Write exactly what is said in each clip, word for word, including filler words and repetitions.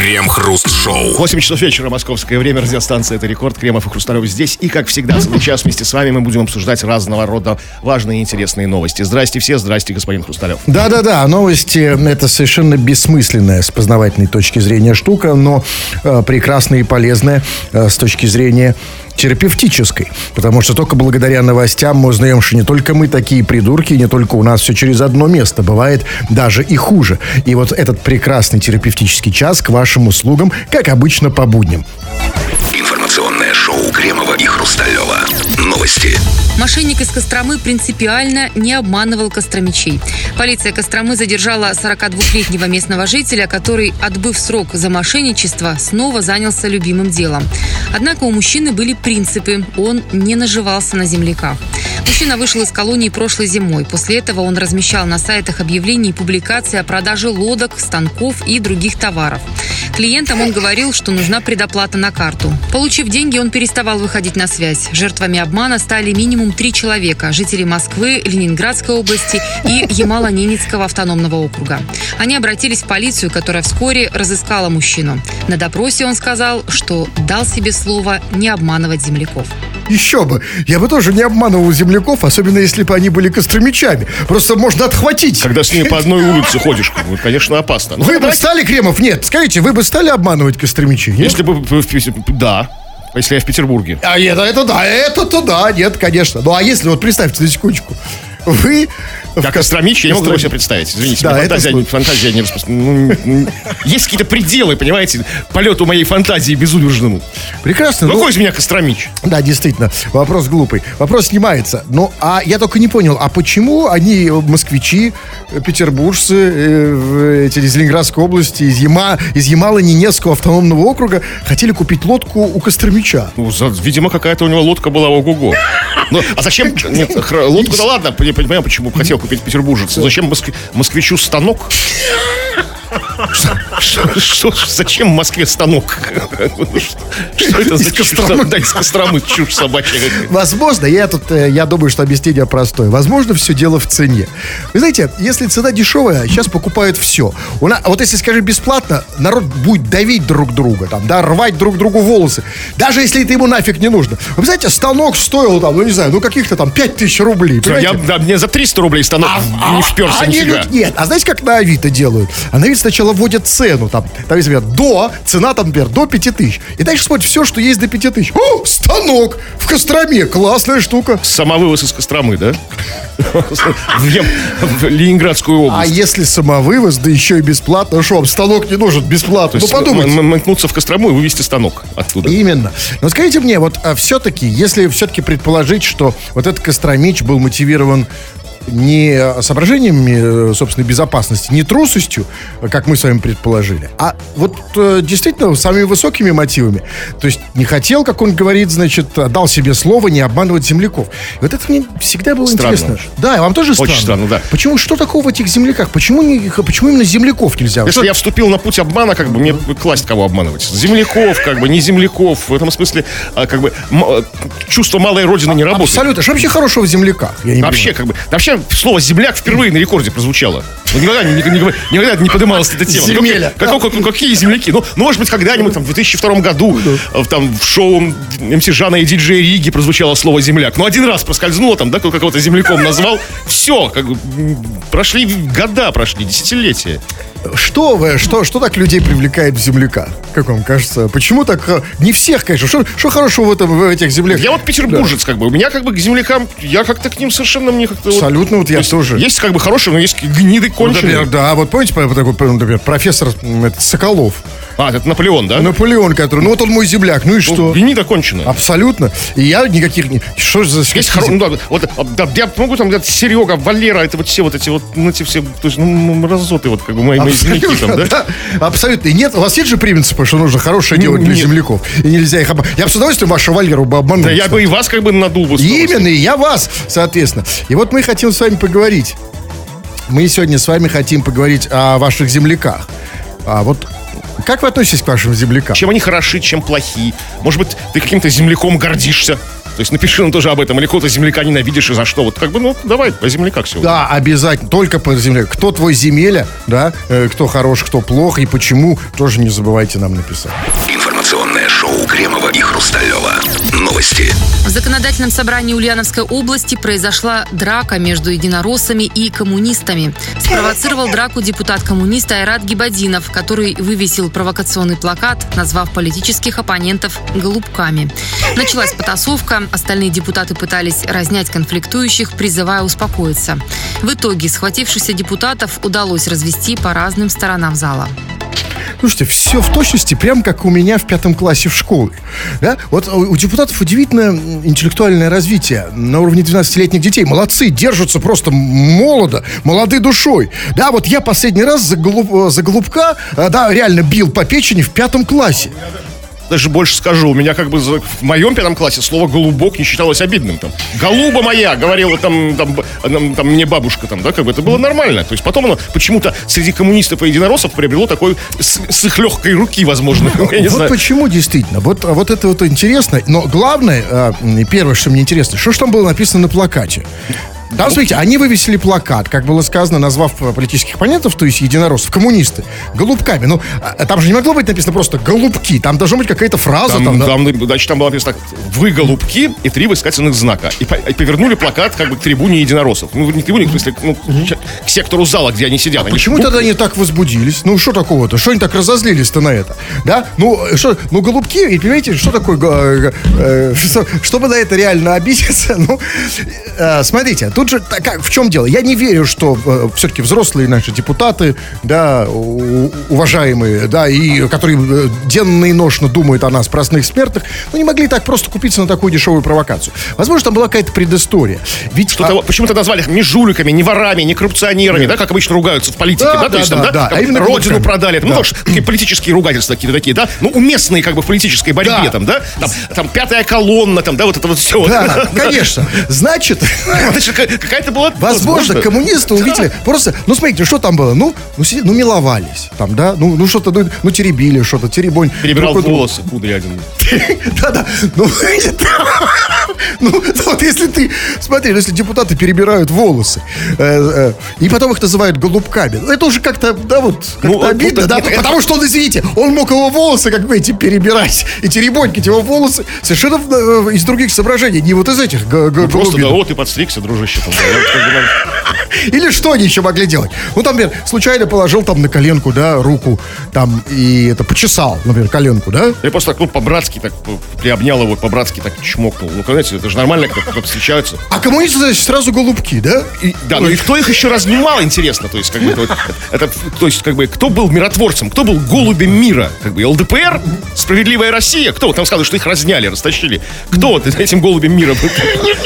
Крем-хруст-шоу. восемь часов вечера, московское время, радиостанция «Это Рекорд». Кремов и Хрусталев здесь. И, как всегда, целый час вместе с вами мы будем обсуждать разного рода важные и интересные новости. Здрасте все, здрасте, господин Хрусталев. Да-да-да, новости — это совершенно бессмысленная с познавательной точки зрения штука, но э, прекрасная и полезная э, с точки зрения терапевтической. Потому что только благодаря новостям мы узнаем, что не только мы такие придурки, не только у нас все через одно место. Бывает даже и хуже. И вот этот прекрасный терапевтический час к вашим услугам, как обычно, по будням. Информационное шоу Кремова и Хрусталева. Новости. Мошенник из Костромы принципиально не обманывал костромичей. Полиция Костромы задержала сорокадвухлетнего местного жителя, который, отбыв срок за мошенничество, снова занялся любимым делом. Однако у мужчины были принципы. Он не наживался на земляках. Мужчина вышел из колонии прошлой зимой. После этого он размещал на сайтах объявления и публикации о продаже лодок, станков и других товаров. Клиентам он говорил, что нужна предоплата на карту. Получив деньги, он переставал выходить на связь. Жертвами обмана стали минимум три человека – жители Москвы, Ленинградской области и Ямало-Ненецкого автономного округа. Они обратились в полицию, которая вскоре разыскала мужчину. На допросе он сказал, что дал себе слово не обманывать земляков. Еще бы. Я бы тоже не обманывал земляков, особенно если бы они были костромичами. Просто можно отхватить. Когда с ними по одной улице ходишь, конечно, опасно. Вы бы стали, Кремов? Нет, скажите, вы бы стали обманывать костромичей? Нет? Если бы... Да. Если я в Петербурге. А это, это да, это-то да, нет, конечно. Ну а если, вот представьте на секундочку, вы... Как Костромич, я не могу его себе представить. Извините, да, фантазия, это... фантазия не распространяется. Ну, есть какие-то пределы, понимаете, полету моей фантазии безудержному. Прекрасно. Ну, какой из меня Костромич? Да, действительно, вопрос глупый. Вопрос снимается. Ну, а я только не понял, а почему они, москвичи, петербуржцы, э, эти из Ленинградской области, из, Яма, из Ямало-Ненецкого автономного округа хотели купить лодку у Костромича? Ну, за, видимо, какая-то у него лодка была ого-го. Ну, а зачем? Нет, лодку-то ладно, я понимаю, почему хотел купить петербуржец. Зачем моск... москвичу станок? Что, что, зачем в Москве станок? Что это за чушь? Да, из Костромы чушь собачья. Возможно, я тут, я думаю, что объяснение простое. Возможно, все дело в цене. Вы знаете, если цена дешевая, сейчас покупают все. У нас, вот если, скажи, бесплатно, народ будет давить друг друга, там, да, рвать друг другу волосы. Даже если это ему нафиг не нужно. Вы знаете, станок стоил, там, ну не знаю, ну каких-то там пять тысяч рублей. Я, да, мне за триста рублей станок а, не вперся а, нифига. Люди, нет, а знаете, как на Авито делают? А на Авито сначала вводят цену, там, там, например, до, цена там, например, до пяти тысяч. И дальше смотрят все, что есть до пяти тысяч. О, станок в Костроме, классная штука. Самовывоз из Костромы, да? В Ленинградскую область. А если самовывоз, да еще и бесплатно, что, вам станок не нужен бесплатно? Ну, подумайте. Мотнуться в Кострому и вывести станок оттуда. Именно. Но скажите мне, вот а все-таки, если все-таки предположить, что вот этот Костромич был мотивирован не соображениями собственной безопасности, не трусостью, как мы с вами предположили, а вот э, действительно самыми высокими мотивами. То есть не хотел, как он говорит, значит, дал себе слово не обманывать земляков. И вот это мне всегда было странно. Интересно. Да, вам тоже странно? Очень странно, да. Почему, что такого в этих земляках? Почему, не, почему именно земляков нельзя? Если что... я вступил на путь обмана, как бы мне класть кого обманывать? Земляков, как бы, не земляков. В этом смысле, как бы, м- чувство малой родины не работает. Абсолютно. Что вообще хорошего в земляках? Я не вообще, понимаю. как бы, вообще, слово «земляк» впервые на рекорде прозвучало. Никогда, никогда, никогда не поднималась эта тема. Земеля. Как, как, как, какие земляки? Ну, ну, может быть, когда-нибудь там, в две тысячи втором году в, там, в шоу эм си Жана и диджей Риги прозвучало слово «земляк». Ну, один раз проскользнуло, там, да, какого-то земляком назвал. Все, как бы, прошли года, прошли десятилетия. Что вы, что, что так людей привлекает в земляках? Как вам кажется? Почему так? Не всех, конечно. Что, что хорошего в, этом, в этих земляках? Я вот петербуржец, да. Как бы. У меня как бы к землякам, я как-то к ним совершенно мне как-то... Абсолютно, вот, вот я есть, тоже. Есть как бы хорошие, но есть гниды конченые. Ну, да, вот помните, например, профессор это, Соколов. А, это Наполеон, да? Наполеон, который, ну вот он мой земляк, ну и что? Ну, гнида конченая. Абсолютно. И я никаких... Что за... Есть хоро... ну, да, вот, да, я могу там, да, Серега, Валера, это вот все вот эти вот, ну, эти все, то есть, ну, мразоты, вот, как бы, мои, мои земляки там, да? Да? Абсолютно. И нет, у вас есть же принципы, что нужно хорошее делать для земляков. И нельзя их обмануть. Я бы с удовольствием вашу Валеру бы обманул. Да, я бы и вас как бы надул бы. Именно, и я вас, соответственно. И вот мы хотим с вами поговорить. Мы сегодня с вами хотим поговорить о ваших земляках. А вот как вы относитесь к вашим землякам? Чем они хороши, чем плохи? Может быть, ты каким-то земляком гордишься? То есть напиши нам тоже об этом, или какого-то земляка ненавидишь и за что. Вот как бы, ну, давай, по земляках сегодня. Да, обязательно, только по земле. Кто твой земеля, да, э, кто хорош, кто плох и почему, тоже не забывайте нам написать. Информационное шоу Кремова и Хрусталева. Новости. В законодательном собрании Ульяновской области произошла драка между единороссами и коммунистами. Спровоцировал драку депутат-коммунист Айрат Гибадинов, который вывесил провокационный плакат, назвав политических оппонентов «голубками». Началась потасовка, остальные депутаты пытались разнять конфликтующих, призывая успокоиться. В итоге схватившихся депутатов удалось развести по разным сторонам зала. Слушайте, все в точности, прям как у меня в пятом классе в школе. Да? Вот у депутатов удивительное интеллектуальное развитие на уровне двенадцатилетних детей. Молодцы, держатся просто молодо, молодой душой. Да, вот я последний раз за, голуб, за голубка, да, реально бил по печени в пятом классе. Даже больше скажу, у меня как бы в моем пятом классе слово «голубок» не считалось обидным. Там, «голуба моя», говорила там, там, там, там мне бабушка, там, да, как бы это было нормально. То есть потом оно почему-то среди коммунистов и единороссов приобрело такой с, с их легкой руки, возможно. Я не вот знаю. Почему действительно, вот, вот это вот интересно. Но главное, первое, что мне интересно, что же там было написано на плакате? Да, смотрите, они вывесили плакат, как было сказано, назвав политических оппонентов, то есть единороссов, коммунисты, голубками. Ну, там же не могло быть написано просто «голубки», там должна быть какая-то фраза. Там, там, да? там, значит, там было написано так: «Вы голубки» и три восклицательных знака. И, по, и повернули плакат как бы к трибуне единороссов. Ну, не к трибуне, в смысле, ну, угу. к сектору зала, где они сидят. А они почему буквы... тогда они так возбудились? Ну, что такого-то? Что они так разозлились-то на это? Да? Ну, что, ну, голубки, и понимаете, что такое, э, э, что, чтобы на это реально обидеться, ну, э, смотрите, тут же, как, в чем дело? Я не верю, что э, все-таки взрослые наши депутаты, да, у, уважаемые, да, и которые э, денно и ношно думают о нас, простых смертных, ну, не могли так просто купиться на такую дешевую провокацию. Возможно, там была какая-то предыстория. Ведь, Что-то, а... почему-то назвали их не жуликами, не ворами, не коррупционерами, да, как обычно ругаются в политике, да, Да, да, да, то есть да, там, да, да, там, а именно родину голубками. продали, Да. ну, тоже такие политические ругательства какие-то такие, да, ну, уместные как бы в политической борьбе, Да. там, да, там, там пятая колонна, там, да, вот это вот все. Да, конечно. Значит, какая-то была... возможно, коммунисты увидели, просто, ну, смотрите, что там было, ну, ну, сиди- ну миловались, там, да, ну, ну что-то, ну, ну, теребили что-то, теребонь. Перебирал Друг у друга. волосы, кудри один. Да-да, ну, ну, вот если ты, смотри, если депутаты перебирают волосы, э, э, и потом их называют голубками, ну, это уже как-то, да, вот, как-то Ну, обидно, вот, да, нет, потому что он, извините, он мог его волосы, как бы, эти перебирать, и теребонькать его волосы совершенно э, из других соображений, не вот из этих г- г- Ну, просто, да, голубинок. вот ты подстригся, дружище. Там, да, вот как бы нам- Или что они еще могли делать? Ну, там, например, случайно положил там на коленку, да, руку, там, и это, почесал, например, коленку, да? Я просто так, ну, по-братски так приобнял его, по-братски так чмокнул. Ну, знаете, это же нормально, когда когда встречаются. А коммунисты, значит, сразу голубки, да? И, да, ну и кто их еще разнимал, интересно, то есть, как бы, это, вот, это, то есть, как бы, кто был миротворцем, кто был голубем мира, как бы, ЛДПР, Справедливая Россия, кто? Там сказали, что их разняли, растащили. Кто вот этим голубем мира был?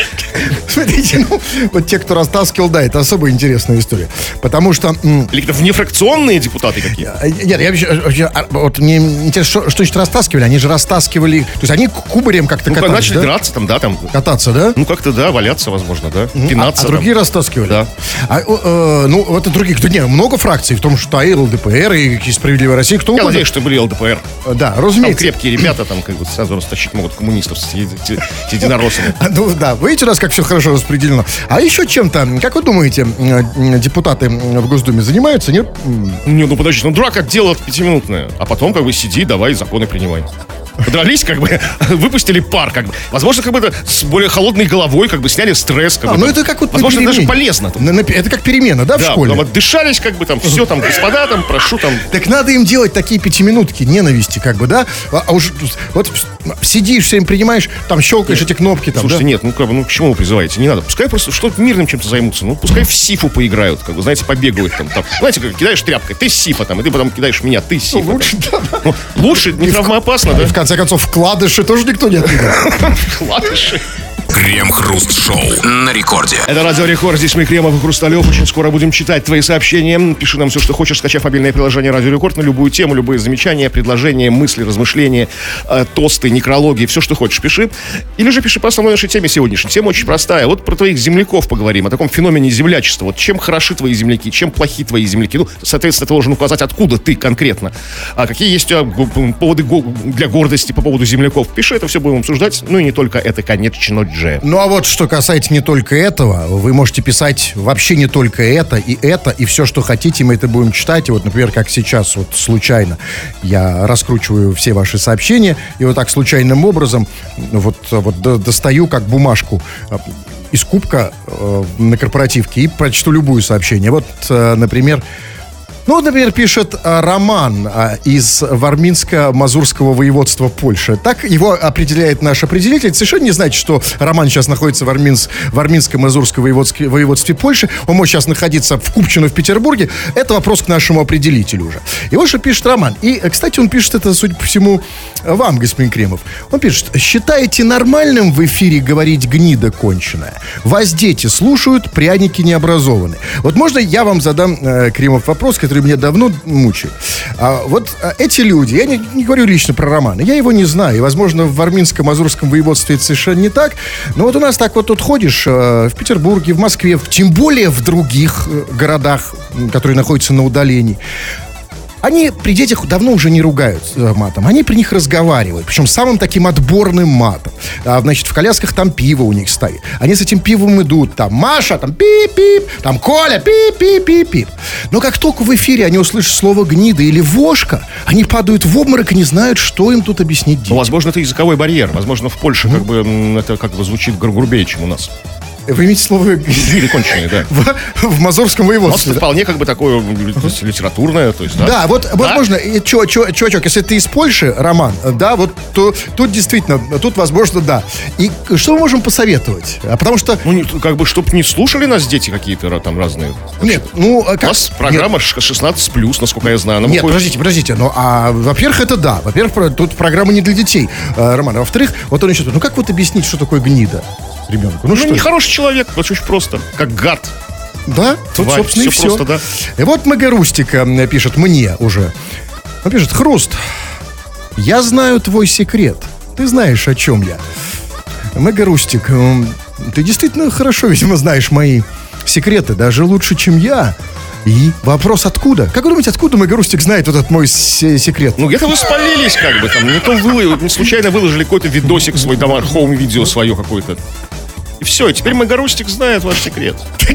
Смотрите, ну, вот те, кто растаскивал, да, это особо интересная история. Потому что... м, Или какие-то внефракционные депутаты какие? а, Нет, я вообще, вообще, а, вот мне интересно, что, что значит растаскивали? Они же растаскивали... То есть они кубарем как-то Ну, катались, начали да? драться там, да, там. Кататься, да? Ну, как-то, да, валяться, возможно, да. А, Пинаться а там. другие растаскивали? Да. А, э, ну, вот и других. Да нет, много фракций, в том, что и ЛДПР, и Справедливая Россия, кто Я угодно. надеюсь, что были ЛДПР. Да, Там разумеется. крепкие ребята, там, как бы, сразу растащить могут коммунистов с еди- с единороссами. А, Ну да, видите, у нас как все хорошо распределено. А еще чем-то, как вы думаете, э, э, депутаты в Госдуме занимаются, нет? М, Не, ну подожди, ну драка дело пятиминутное. А потом как бы сиди, давай законы принимай. Подрались, как бы, выпустили пар, как бы. Возможно, как бы это с более холодной головой, как бы сняли стресс. Как А, бы, ну там. это как вот на Возможно, даже перемене. полезно. Там. На- на- это как перемена, да, в Да, школе? там отдышались, как бы там, все там, господа, там, прошу там. Так надо им делать такие пятиминутки ненависти, как бы, да? А, а уж вот сидишь, все им принимаешь, там щелкаешь эти кнопки, там, Слушайте, да? нет, ну как бы, ну к чему вы призываете? Не надо. Пускай просто что-то мирным чем-то займутся. Ну, пускай в сифу поиграют, как бы, знаете, побегают там. там. Знаете, как кидаешь тряпкой, ты сифа там, и ты потом кидаешь в меня, ты сифа. Ну, лучше, там. да. Ну, лучше, не травмоопасно, И да? в конце концов, вкладыши тоже никто не отменял. Вкладыши. Крем-хруст-шоу на рекорде. Это Радио Рекорд, здесь мы, Кремов и Хрусталев. Очень скоро будем читать твои сообщения. Пиши нам все, что хочешь, скачав мобильное приложение Радио Рекорд на любую тему, любые замечания, предложения, мысли, размышления, э, тосты, некрологи, все, что хочешь, пиши. Или же пиши по основной нашей теме сегодняшней. Тема очень простая. Вот про твоих земляков поговорим, о таком феномене землячества. Вот чем хороши твои земляки, чем плохи твои земляки. Ну, соответственно, ты должен указать, откуда ты конкретно. А какие есть у тебя поводы для гордости по поводу земляков. Пиши, это все будем обсуждать. Ну и не только это, конечно же. Ну а вот что касается не только этого, вы можете писать вообще не только это, и это, и все, что хотите, мы это будем читать. И вот, например, как сейчас, вот случайно я раскручиваю все ваши сообщения, и вот так случайным образом вот, вот достаю как бумажку из кубка э, на корпоративке и прочту любую сообщение. Вот, э, например, Ну, вот, например, пишет а, Роман а, из Варминско-Мазурского воеводства Польши. Так его определяет наш определитель. Совершенно не значит, что Роман сейчас находится в Варминс, Варминско-Мазурском воеводстве, воеводстве Польши. Он может сейчас находиться в Купчино в Петербурге. Это вопрос к нашему определителю уже. И вот что пишет Роман. И, кстати, он пишет это, судя по всему, вам, господин Кремов. Он пишет: считаете нормальным в эфире говорить гнида конченая? Вас дети слушают, пряники не образованы. Вот можно я вам задам, э, Кремов, вопрос, который меня давно мучает. А, вот а, эти люди, я не, не говорю лично про Романа, я его не знаю, и, возможно, в Варминско-Мазурском воеводстве это совершенно не так, но вот у нас так вот тут ходишь э, в Петербурге, в Москве, в, тем более в других э, городах, которые находятся на удалении. Они при детях давно уже не ругают э, матом. Они при них разговаривают. Причем самым таким отборным матом. А, значит, в колясках там пиво у них стоит. Они с этим пивом идут. Там Маша, там пип-пип. Там Коля, пип-пип-пип-пип. Но как только в эфире они услышат слово гнида или вошка, они падают в обморок и не знают, что им тут объяснить детям. Ну, возможно, это языковой барьер. Возможно, в Польше mm-hmm. как бы это как бы звучит грубее, чем у нас. Вы имеете слово «гниды» конченые, да. В, в Мазурском воеводстве. Это вполне как бы такое литературное, то есть, да. Да, вот, да? возможно, чё, чё, чувачок, если ты из Польши, Роман, да, вот, то тут действительно, тут, возможно, да. И что мы можем посоветовать? А потому что... Ну, как бы, чтобы не слушали нас дети какие-то там разные. Нет, ну... Как... У нас программа шестнадцать плюс, насколько я знаю. Нет, выходит... подождите, подождите, ну, а, во-первых, это да. Во-первых, тут программа не для детей, Роман. А во-вторых, вот он еще... Ну, как вот объяснить, что такое гнида ребенку? Ну, ну что? Нехороший человек, вот очень просто, как гад. Да, тут, Тварь, собственно, и все. Просто, да. И вот Мэга Рустика пишет мне уже. Он пишет: Хруст, я знаю твой секрет. Ты знаешь, о чем я. Мэга Рустик, ты действительно хорошо, видимо, знаешь мои секреты, даже лучше, чем я. И вопрос откуда? Как вы думаете, откуда Мэга Рустик знает вот этот мой с- секрет? Ну, где-то вы спалились, как бы, там, не то вы, не случайно выложили какой-то видосик свой, дома, хоум-видео свое какое-то. И все, и теперь Мэга Рустик знает ваш секрет.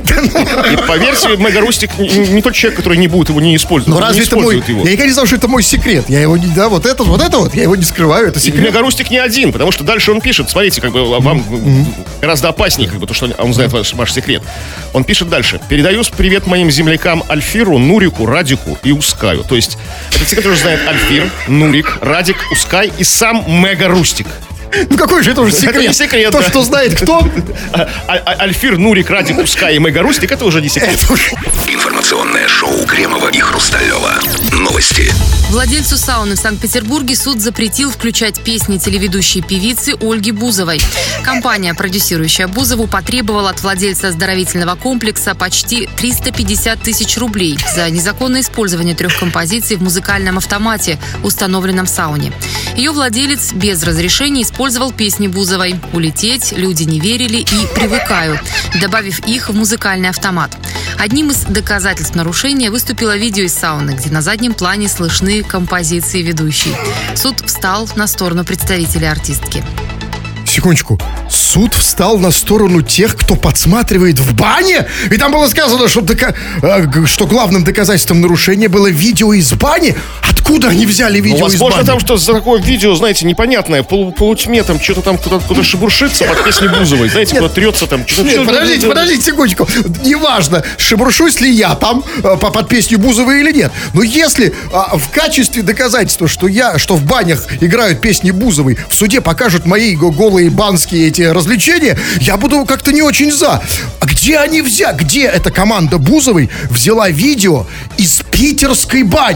И поверьте, Мэга Рустик не, не тот человек, который не будет его не использовать. Ну разве это мой... Его. Я никогда не знал, что это мой секрет. Я его не... Да, вот это, вот это вот, я его не скрываю, это секрет. Мэга Рустик не один, потому что дальше он пишет, смотрите, как бы вам mm-hmm. гораздо опаснее, как бы, то, что он знает ваш, ваш секрет. Он пишет дальше: передаю привет моим землякам Альфиру, Нурику, Радику и Ускаю. То есть, это те, которые знают Альфир, Нурик, Радик, Ускай и сам Мэга Рустик. Ну какой же это уже секрет? Это не секрет, То, да. что знает кто? А, а, Альфир, Нурик, Радик, Ускай и Мэга Рустик, это уже не секрет. Информационное шоу Кремова и Хрусталева. Новости. Владельцу сауны в Санкт-Петербурге суд запретил включать песни телеведущей певицы Ольги Бузовой. Компания, продюсирующая Бузову, потребовала от владельца оздоровительного комплекса почти триста пятьдесят тысяч рублей за незаконное использование трех композиций в музыкальном автомате, установленном в сауне. Ее владелец без разрешения использовал песни Бузовой «Улететь», «Люди не верили» и «Привыкаю», добавив их в музыкальный автомат. Одним из доказательств нарушения выступило видео из сауны, где на заднем плане слышны композиции ведущей. Суд встал на сторону представителей артистки. Секундочку. Суд встал на сторону тех, кто подсматривает в бане? И там было сказано, что, дока... что главным доказательством нарушения было видео из бани? Откуда они взяли видео ну, из бани? Возможно, там что за такое видео, знаете, непонятное, в полу- полутьме, там что-то там кто-то, кто-то шебуршится под песней Бузовой, знаете, кто-то трется там. Что-то, Нет, что-то, подождите, что-то... подождите секундочку. Неважно, шебуршусь ли я там э, под песню Бузовой или нет. Но если э, в качестве доказательства, что я, что в банях играют песни Бузовой, в суде покажут мои голые банские эти развлечения, я буду как-то не очень за. А где они взяли? Где эта команда Бузовой взяла видео из питерской бани?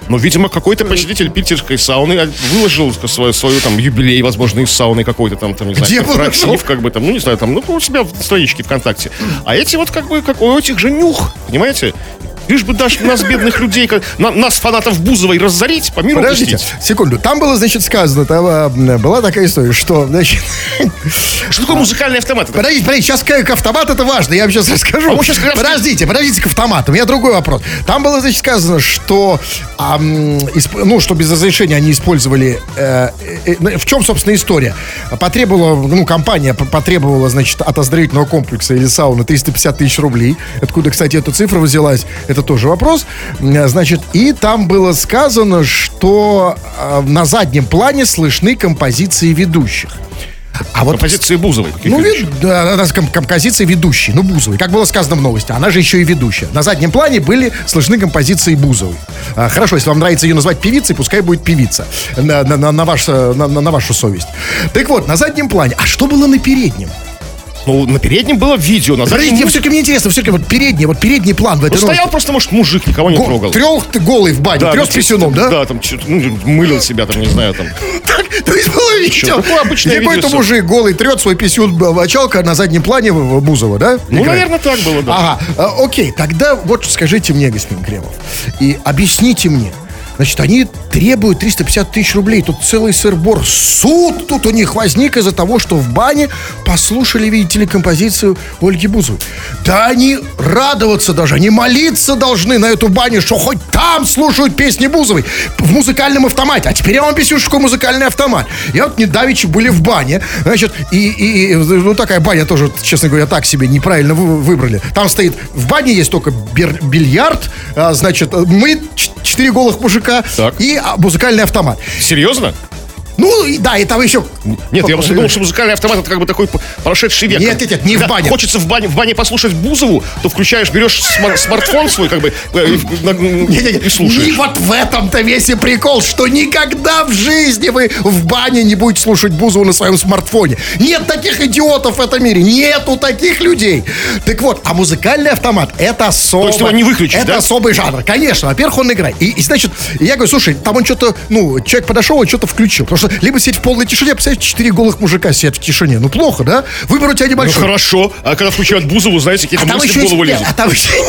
Ну, видимо, какой-то посетитель питерской сауны выложил свою, свою там юбилей, возможно, из сауны какой-то там, там не знаю, Где корпоратив, как бы там, ну, не знаю, там, ну, у себя в страничке ВКонтакте. А эти вот как бы, как у этих же нюх, понимаете? Лишь бы даже нас, бедных людей, как, на, нас, фанатов Бузовой, разорить, по миру Подождите, пустить. секунду. Там было, значит, сказано, там а, была такая история, что, значит... Что такое музыкальный автомат? Подождите, подождите, сейчас к автомат это важно, я вам сейчас расскажу. А мы сейчас как раз- Подождите, подождите к автомату, у меня другой вопрос. Там было, значит, сказано, что, а, м, исп- ну, что без разрешения они использовали... э, э, э, в чем, собственно, история? Потребовала, ну, компания п- потребовала, значит, от оздоровительного комплекса или сауны триста пятьдесят тысяч рублей. Откуда, кстати, эта цифра взялась, это тоже вопрос. Значит, и там было сказано, что э, на заднем плане слышны композиции ведущих. А вот Композиции Бузовой. каких ну, ведущих? вид, да, она с ком- композицией ведущей, ну, Бузовой. Как было сказано в новости, она же еще и ведущая. На заднем плане были слышны композиции Бузовой. А, хорошо, если вам нравится ее назвать певицей, пускай будет певица. На, на, на, на, ваш, на, на, на вашу совесть. Так вот, на заднем плане. А что было на переднем? Ну, на переднем было видео, на заднем... Подождите, все-таки мне интересно, все-таки вот передний, вот передний план в этой Ну, стоял новости. просто, может, мужик, никого не Го- трогал. Трёх ты голый в бане, Да, трёх ну, с писюном, да? Да, там чё-то, ну, мылил себя, там, не знаю, там. Так, то есть было видео, такое обычное где какой-то видео, мужик голый трет свой писюн в мочалка на заднем плане в- в Бузова, да? Ну, Играет. наверное, так было, да. Ага, а, окей, тогда вот скажите мне, господин Кремов, и объясните мне. Значит, они требуют триста пятьдесят тысяч рублей. Тут целый сыр-бор. Суд тут у них возник из-за того, что в бане послушали, видите ли, композицию Ольги Бузовой. Да они радоваться даже, они молиться должны на эту баню, что хоть там слушают песни Бузовой в музыкальном автомате. А теперь я вам объясню, что такое музыкальный автомат. Я вот недавеча были в бане, значит, и, и, и ну такая баня тоже, честно говоря, так себе неправильно вы- выбрали. Там стоит, в бане есть только бер- бильярд, а, значит, мы ч- четыре голых мужика Так. и а, музыкальный автомат. Серьезно? Ну, и да, и там еще... Нет, я просто думал, что музыкальный автомат это как бы такой п- прошедший век. Нет, нет, нет, не в Когда бане. хочется в бане, в бане послушать Бузову, то включаешь, берешь смар- смартфон свой, как бы, э, и, на- Не-не-не, и слушаешь. И вот в этом-то весь и прикол, что никогда в жизни вы в бане не будете слушать Бузову на своем смартфоне. Нет таких идиотов в этом мире, нету таких людей. Так вот, а музыкальный автомат это особо... То есть его не выключишь, Это да? особый жанр, конечно. Во-первых, он играет. И, и, значит, я говорю, слушай, там он что-то, ну, человек подошел и что-то включил. Потому что либо сидеть в полной тишине, представляете, четыре голых мужика сидят в тишине. Ну, плохо, да? Выбор у тебя Ну, небольшой. хорошо. А когда включают Бузову, знаете, какие-то А там мысли еще в голову есть- лезут. а там еще...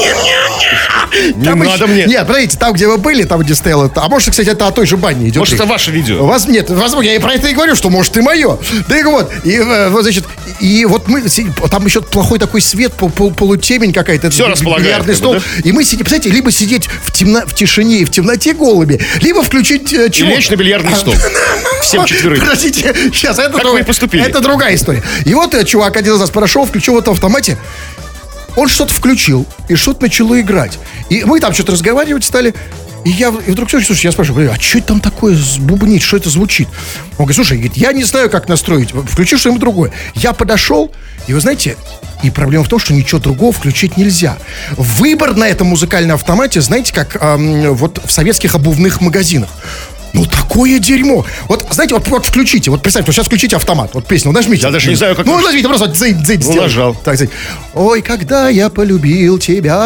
Не Там надо еще- мне. Нет, смотрите, там, где вы были, там, где стояло... А может, кстати, это о той же бане идет. Может, речь. это ваше видео? У вас нет, возможно, я и про это и говорю, что может и мое. Так вот, и э, вот, значит, и вот мы си- там еще плохой такой свет, пол- пол- полутемень какая-то, Всё б- располагает, бильярдный как бы, стол. И мы сидим, представляете, либо сидеть в, темно, в тишине и в темноте голыми, либо включить э, И чего? лечь на бильярдный стол. Всем четверым. Подождите, сейчас, это, Как друг- вы и поступили. это другая история. И вот э, чувак один из нас подошел, включил в этом автомате. Он что-то включил, и что-то начало играть. И мы там что-то разговаривать стали. И я и вдруг, слушай, я спрашиваю, а что это там такое бубнит, что это звучит? Он говорит, слушай, говорит, я не знаю, как настроить, включи что-нибудь другое. Я подошел, и вы знаете, и проблема в том, что ничего другого включить нельзя. Выбор на этом музыкальном автомате, знаете, как эм, вот в советских обувных магазинах. Ну, такое дерьмо. Вот, знаете, вот, вот включите, вот представьте, вот сейчас включите автомат, вот песню, вот нажмите. Я даже не знаю, как Ну, нажать. нажмите, просто вот дзынь, дзынь Ну, сделайте. нажал. Так, дзынь. Ой, когда я полюбил тебя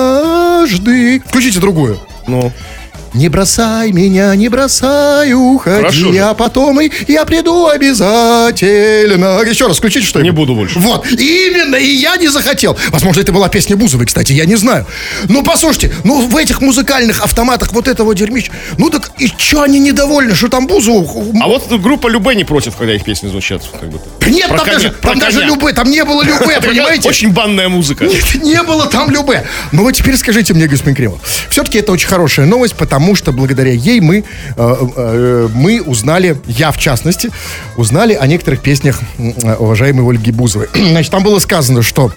однажды. Включите другую. Ну, Не бросай меня, не бросай, уходи, Хорошо же. а потом и я приду обязательно. Еще раз включите, что ли? Не буду больше. Вот, именно, и я не захотел. Возможно, это была песня Бузовой, кстати, я не знаю. Ну, послушайте, ну, в этих музыкальных автоматах вот этого дерьмища, ну, так и что они недовольны, что там Бузову... а вот группа Любэ не против, когда их песни звучат. Как бы. Нет, Про там, коня, даже, про там даже коня. Любэ, там не было Любэ, понимаете? Очень банная музыка. Нет, не было там Любэ. Ну вот теперь скажите мне, господин Кремов, все-таки это очень хорошая новость, потому что благодаря ей мы, э, э, мы узнали, я в частности, узнали о некоторых песнях э, уважаемой Ольги Бузовой. Значит, там было сказано, что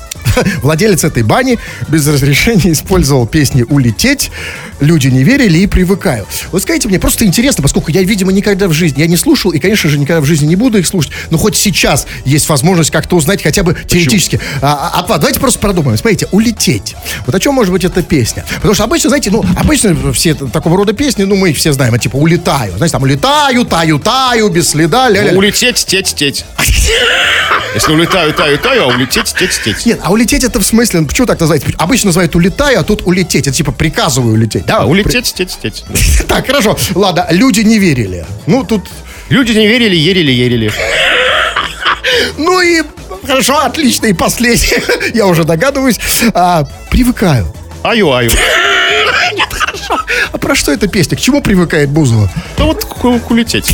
владелец этой бани без разрешения использовал песни «Улететь», «Люди не верили» и «Привыкаю». Вот скажите мне, просто интересно, поскольку я, видимо, никогда в жизни, я не слушал и, конечно же, никогда в жизни не буду их слушать, но хоть сейчас есть возможность как-то узнать хотя бы теоретически. А, а, а, давайте просто продумаем. Смотрите, «Улететь». Вот о чем может быть эта песня? Потому что обычно, знаете, ну, обычно все такого рода песни, ну, мы их все знаем, типа «Улетаю». Знаете, там «Улетаю, таю, таю, без следа». Ля-ля-ля. Улететь, теть, теть. Если улетаю, таю, таю, а улететь, теть, теть. Нет, а улететь это в смысле, почему так называется? Обычно называют улетаю, а тут улететь. Это типа приказываю улететь. Да, А, улететь, теть, теть. Да. Так, хорошо. Ладно, люди не верили. Ну, тут... Люди не верили, ерили, ерили. Ну и хорошо, отлично. И последнее, я уже догадываюсь. А, привыкаю. Аю, аю. А про что эта песня? К чему привыкает Бузова? Да вот к, к улететь.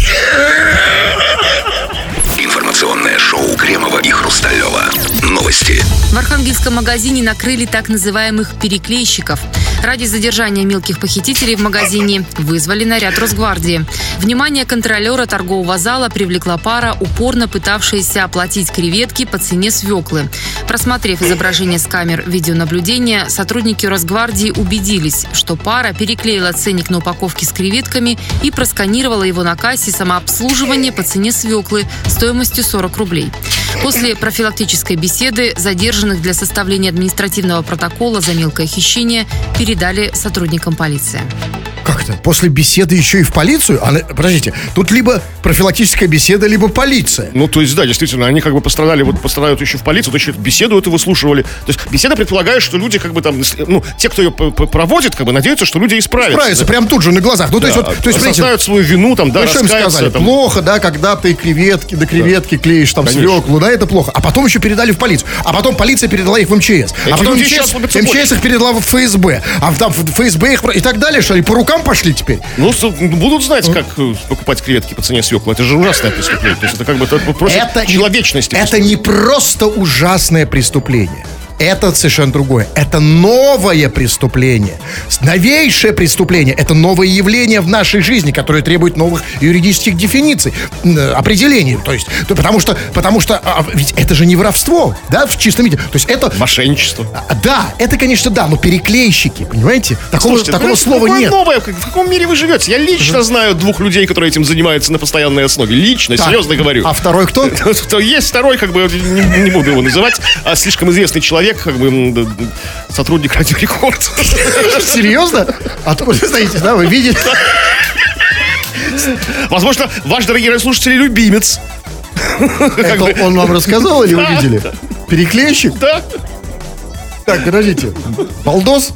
Информационное шоу Кремова и Хрусталева. Новости. В Архангельском магазине накрыли так называемых переклейщиков. Ради задержания мелких похитителей в магазине вызвали наряд Росгвардии. Внимание контролера торгового зала привлекла пара, упорно пытавшаяся оплатить креветки по цене свеклы. Просмотрев изображение с камер видеонаблюдения, сотрудники Росгвардии убедились, что пара переклеила ценник на упаковке с креветками и просканировала его на кассе самообслуживания по цене свеклы стоимостью сорок рублей. После профилактической беседы задержанных для составления административного протокола за мелкое хищение передали сотрудникам полиции. Как это? После беседы еще и в полицию? А, подождите, тут либо профилактическая беседа, либо полиция. Ну, то есть, да, действительно, они как бы пострадали, вот пострадают еще в полицию, то еще беседу эту выслушивали. То есть, беседа предполагает, что люди как бы там, ну, те, кто ее проводит, как бы надеются, что люди исправятся. Исправятся, да? прям тут же на глазах. Ну, то есть, Да, вот, то есть, осознают свою вину, там, да, ну, что им раскаются. сказали? Там. Плохо, да, когда ты креветки, да креветки клеишь, там, Конечно. свеклу, да, это плохо. А потом еще передали в полицию. А потом полиция передала их в МЧС. Эти а потом люди МЧС, сейчас ловятся МЧС их передала в ФСБ. А там в ФСБ их и так далее, что ли, по рукам пошли теперь? Ну, будут знать, как покупать креветки по цене свеклы. Это же ужасное преступление. То есть, это как бы это просит Это, человечности. это не просто ужасное преступление. Это совершенно другое. Это новое преступление. Новейшее преступление. Это новое явление в нашей жизни, которое требует новых юридических дефиниций, определений. То есть, то, потому что, потому что а, ведь это же не воровство, да, в чистом виде. То есть это... Мошенничество. А, да, это, конечно, да, но переклейщики, понимаете? Такого, Слушайте, такого ну, слова какое нет. Новое, в каком мире вы живете? Я лично знаю двух людей, которые этим занимаются на постоянной основе. Лично, Так, серьезно говорю. А второй кто? Есть второй, как бы, не, не буду его называть, а слишком известный человек, как бы, сотрудник Радио Рекорд. Серьезно? А то вы знаете, да, вы видите. Возможно, ваш, дорогие слушатели, любимец. Это он вам рассказал или вы Да. видели? Переклейщик? Да? Так, подождите. Балдос?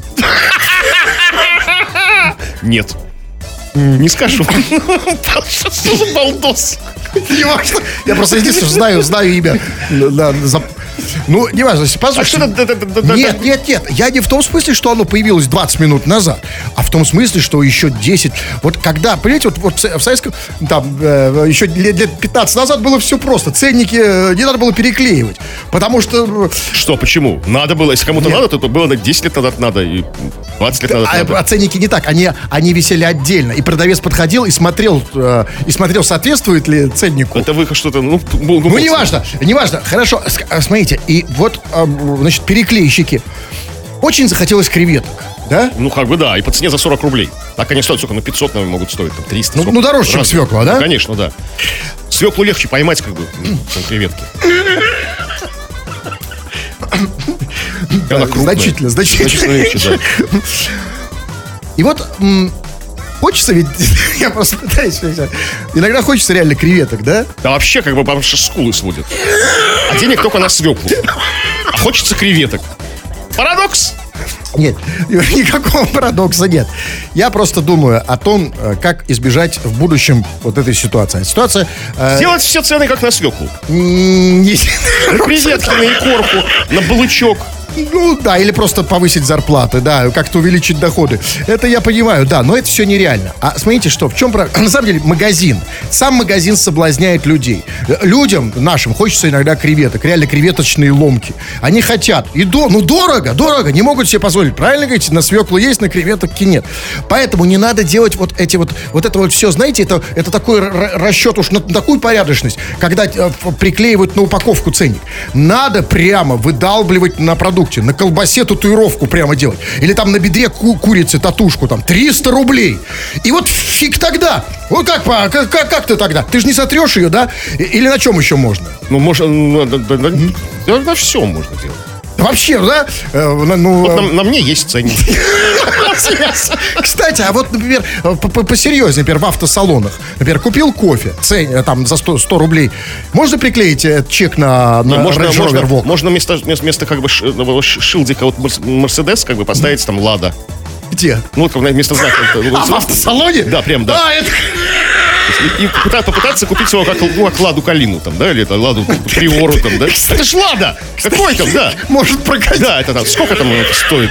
Нет. Не скажу. Что за балдос? Не важно. Я просто единственное, что знаю, знаю имя. Да, за- Ну, не важно. А Послушайте. что это? это- это- это- Нет, нет, нет. Я не в том смысле, что оно появилось двадцать минут назад, а в том смысле, что еще десять. Вот когда, понимаете, вот, вот в советском, там, э, еще лет, лет пятнадцать назад было все просто. Ценники э, не надо было переклеивать. Потому что... э, Что, почему? Надо было, если кому-то Нет. надо, то было десять лет назад надо, и двадцать лет назад А, надо. а ценники не так, они, они висели отдельно. И продавец подходил и смотрел, э, и смотрел, соответствует ли ценнику. Это вы что-то, ну... Ну, Ну, неважно, неважно. Хорошо, ск- а, смотрите, и вот, а, значит, переклейщики. Очень захотелось креветок, да? Ну, как бы да, и по цене за сорок рублей. Так они стоят, сколько? Ну, пятьсот, наверное, могут стоить, там, триста. Ну, сколько? ну, дороже, чем Разные. свекла, да? Ну, конечно, да. Свеклу легче поймать, как бы, чем креветки. Она крупная. Значительно, значительно. Значительно легче, да. И вот м, хочется ведь, я просто пытаюсь, иногда хочется реально креветок, да? Да вообще, как бы, потому что скулы сводят. А денег только на свеклу. А хочется креветок. Парадокс! Нет, никакого парадокса нет. Я просто думаю о том, э, как избежать в будущем вот этой ситуации. Ситуация... э, Делать все цены, как на свеклу. м, не- На креветки, на икорку, на балычок. Ну, да, или просто повысить зарплаты, да, как-то увеличить доходы. Это я понимаю, да, но это все нереально. А смотрите, что, в чем проблема? На самом деле, магазин. Сам магазин соблазняет людей. Людям нашим хочется иногда креветок, реально креветочные ломки. Они хотят. И до, ну, дорого, дорого, не могут себе позволить. Правильно говорите, на свеклу есть, на креветок нет. Поэтому не надо делать вот эти вот, вот это вот все, знаете, это, это такой р- расчет уж на такую порядочность, когда э, приклеивают на упаковку ценник. Надо прямо выдалбливать на продукт. На колбасе татуировку прямо делать. Или там на бедре ку- курицы татушку. Там триста рублей. И вот фиг тогда. Вот как, по- как, как, как ты тогда? Ты же не сотрешь ее, да? И- Или на чем еще можно? Ну, можно... Ну, да, да, да, да, на все можно делать. Вообще, да? Э, ну, Вот на, на мне есть ценник. Кстати, а вот, например, посерьезнее, например, в автосалонах. Например, купил кофе цен, там, за сто, сто рублей. Можно приклеить э, чек на, на можно, Range Rover можно, Vogue? можно вместо, вместо как бы ш- шилдика вот Мерседес как бы поставить там Лада. Где? Ну, вот как вместо знака. А, в автосалоне? Да, прям, да. А, это... И, и попытаться, попытаться купить его как, ну, как Ладу Калину, там, да, или это Ладу Приору, там, да. Это ж Лада! Какой там, да. Может прокатить. Да, это там, сколько там это стоит?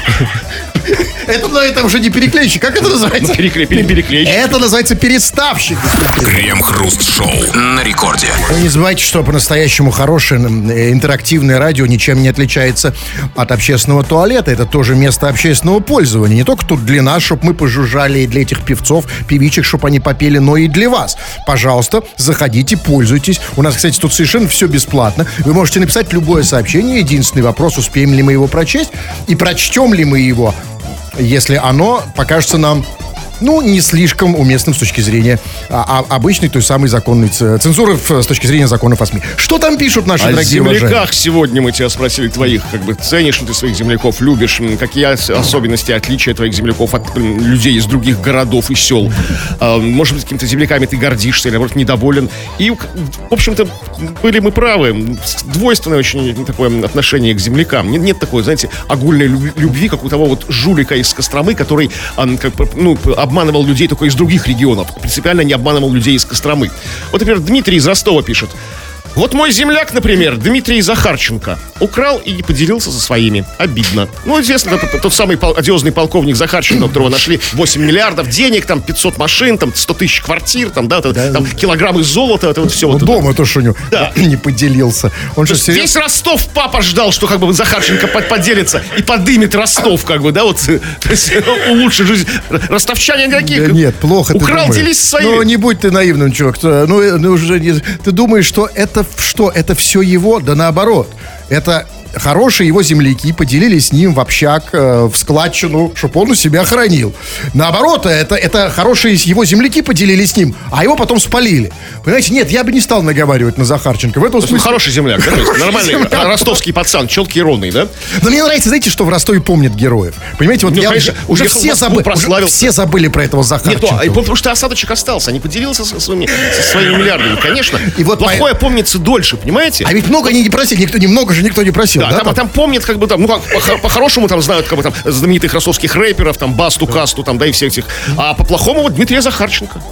Это, ну, это уже не переклейщик. Как это называется? Ну, перекле, пере, переклейщик. Это называется переставщик. Крем-хруст-шоу на рекорде. Вы не забывайте, что по-настоящему хорошее э, интерактивное радио ничем не отличается от общественного туалета. Это тоже место общественного пользования. Не только тут для нас, чтобы мы пожужжали, и для этих певцов, певичек, чтобы они попели, но и для вас. Пожалуйста, заходите, пользуйтесь. У нас, кстати, тут совершенно все бесплатно. Вы можете написать любое сообщение. Единственный вопрос, успеем ли мы его прочесть и прочтем ли мы его, если оно покажется нам, ну, не слишком уместным с точки зрения а, а, обычной, той самой законной цензуры в, с точки зрения законов о СМИ. Что там пишут наши О дорогие уважаемые? земляках сегодня мы тебя спросили, твоих, как бы, ценишь ли ты своих земляков, любишь, м, какие ос- особенности, отличия твоих земляков от м, людей из других городов и сел. А, может быть, какими-то земляками ты гордишься или, наоборот, недоволен. И, в общем-то, были мы правы. Двойственное очень такое отношение к землякам. Нет, нет такой, знаете, огульной любви, любви, как у того вот жулика из Костромы, который, а, как, ну, обманывал людей только из других регионов. Принципиально не обманывал людей из Костромы. Вот, например, Дмитрий из Ростова пишет. Вот мой земляк, например, Дмитрий Захарченко, украл и не поделился со своими. Обидно. Ну, известно, это тот самый пол- одиозный полковник Захарченко, у которого нашли восемь миллиардов денег, там пятьсот машин, там сто тысяч квартир, там, да, это, Да. там килограммы золота, это вот все. Ну, вот дома то, что у него Да. не поделился. Он это. же серьезно... Весь Ростов папа ждал, что как бы Захарченко под- поделится и подымет Ростов, как бы, да, вот, то есть, улучшит жизнь. Ростовчане какие? Да нет, плохо Украл, ты думаешь. делись своими. Ну, не будь ты наивным, чувак. Кто- Ну, э, ну, уже не... Ты думаешь, что это что? Это все его? Да наоборот. Это хорошие его земляки поделились с ним в общак, э, в складчину, чтобы он у себя хранил. Наоборот, это, это хорошие его земляки поделились с ним, а его потом спалили. Понимаете, нет, я бы не стал наговаривать на Захарченко. В этом Ну, смысле... хороший земляк, да? То есть нормальный Земляк. ростовский пацан, челки и ровный, да? Но мне нравится, знаете, что в Ростове помнят героев. Понимаете, вот Ну, я конечно, уже, уже уехал в все, Москву, забы- уже прославился. все забыли про этого Нет, Захарченко. ну, а, и потому что осадочек остался, не поделился со своими, со своими миллиардами, конечно. И вот плохое помнится дольше, понимаете? А ведь много они не просили, никто немного же никто не просил, Да, да? там, там? там помнят, как бы там, ну как, по- по-хорошему там знают, как бы там знаменитых ростовских рэперов, там Басту, Касту, там, да, и всех этих. А по-плохому вот Дмитрия Захарченко.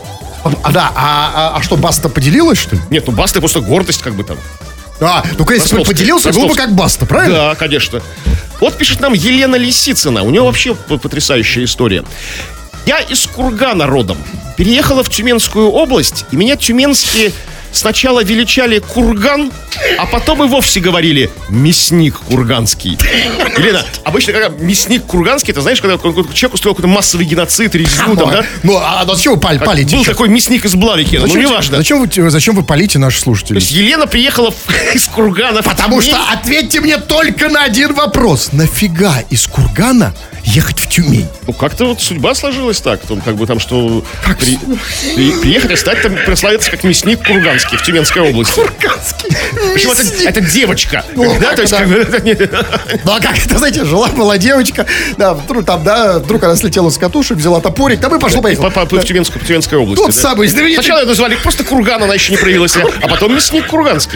А, да, а, а, а что, Баста поделилась, что ли? Нет, ну Баста просто гордость, как бы там. А, только если бы Ростовский, поделился, был бы ростовский. как Баста, правильно? Да, конечно. Вот пишет нам Елена Лисицына. У нее вообще п- потрясающая история. Я из Кургана родом. Переехала в Тюменскую область, и меня тюменские сначала величали Курган, а потом и вовсе говорили мясник курганский. Елена, обычно, когда мясник курганский, это знаешь, когда какой-то человек устроил какой-то массовый геноцид, резню, там, да? Ну, а зачем вы пали, Как палите? был чё? такой мясник из Блавики, ну Зачем, неважно. зачем, вы, зачем вы палите наших То слушателей? есть Елена приехала в- из Кургана. в Потому Тюмень. что ответьте мне только на один вопрос. Нафига из Кургана ехать в Тюмень? Ну, как-то вот судьба сложилась так, там, как бы там, что при- при- приехать и стать там, прославиться как мясник курганский в Тюменской области. Курганский. Причем это, это девочка. Ну, да, как то есть, это? как бы, это не- Ну, а как это, знаете, жила-была девочка, да, вдруг, там, да, вдруг она слетела с катушек, взяла топорик, да, мы пошла, поехала. по- по- в Тюменской, в Тюменской области. Тот да. самый знаменитый. Сначала ее назвали просто Курган, она еще не проявилась, а потом мясник курганский.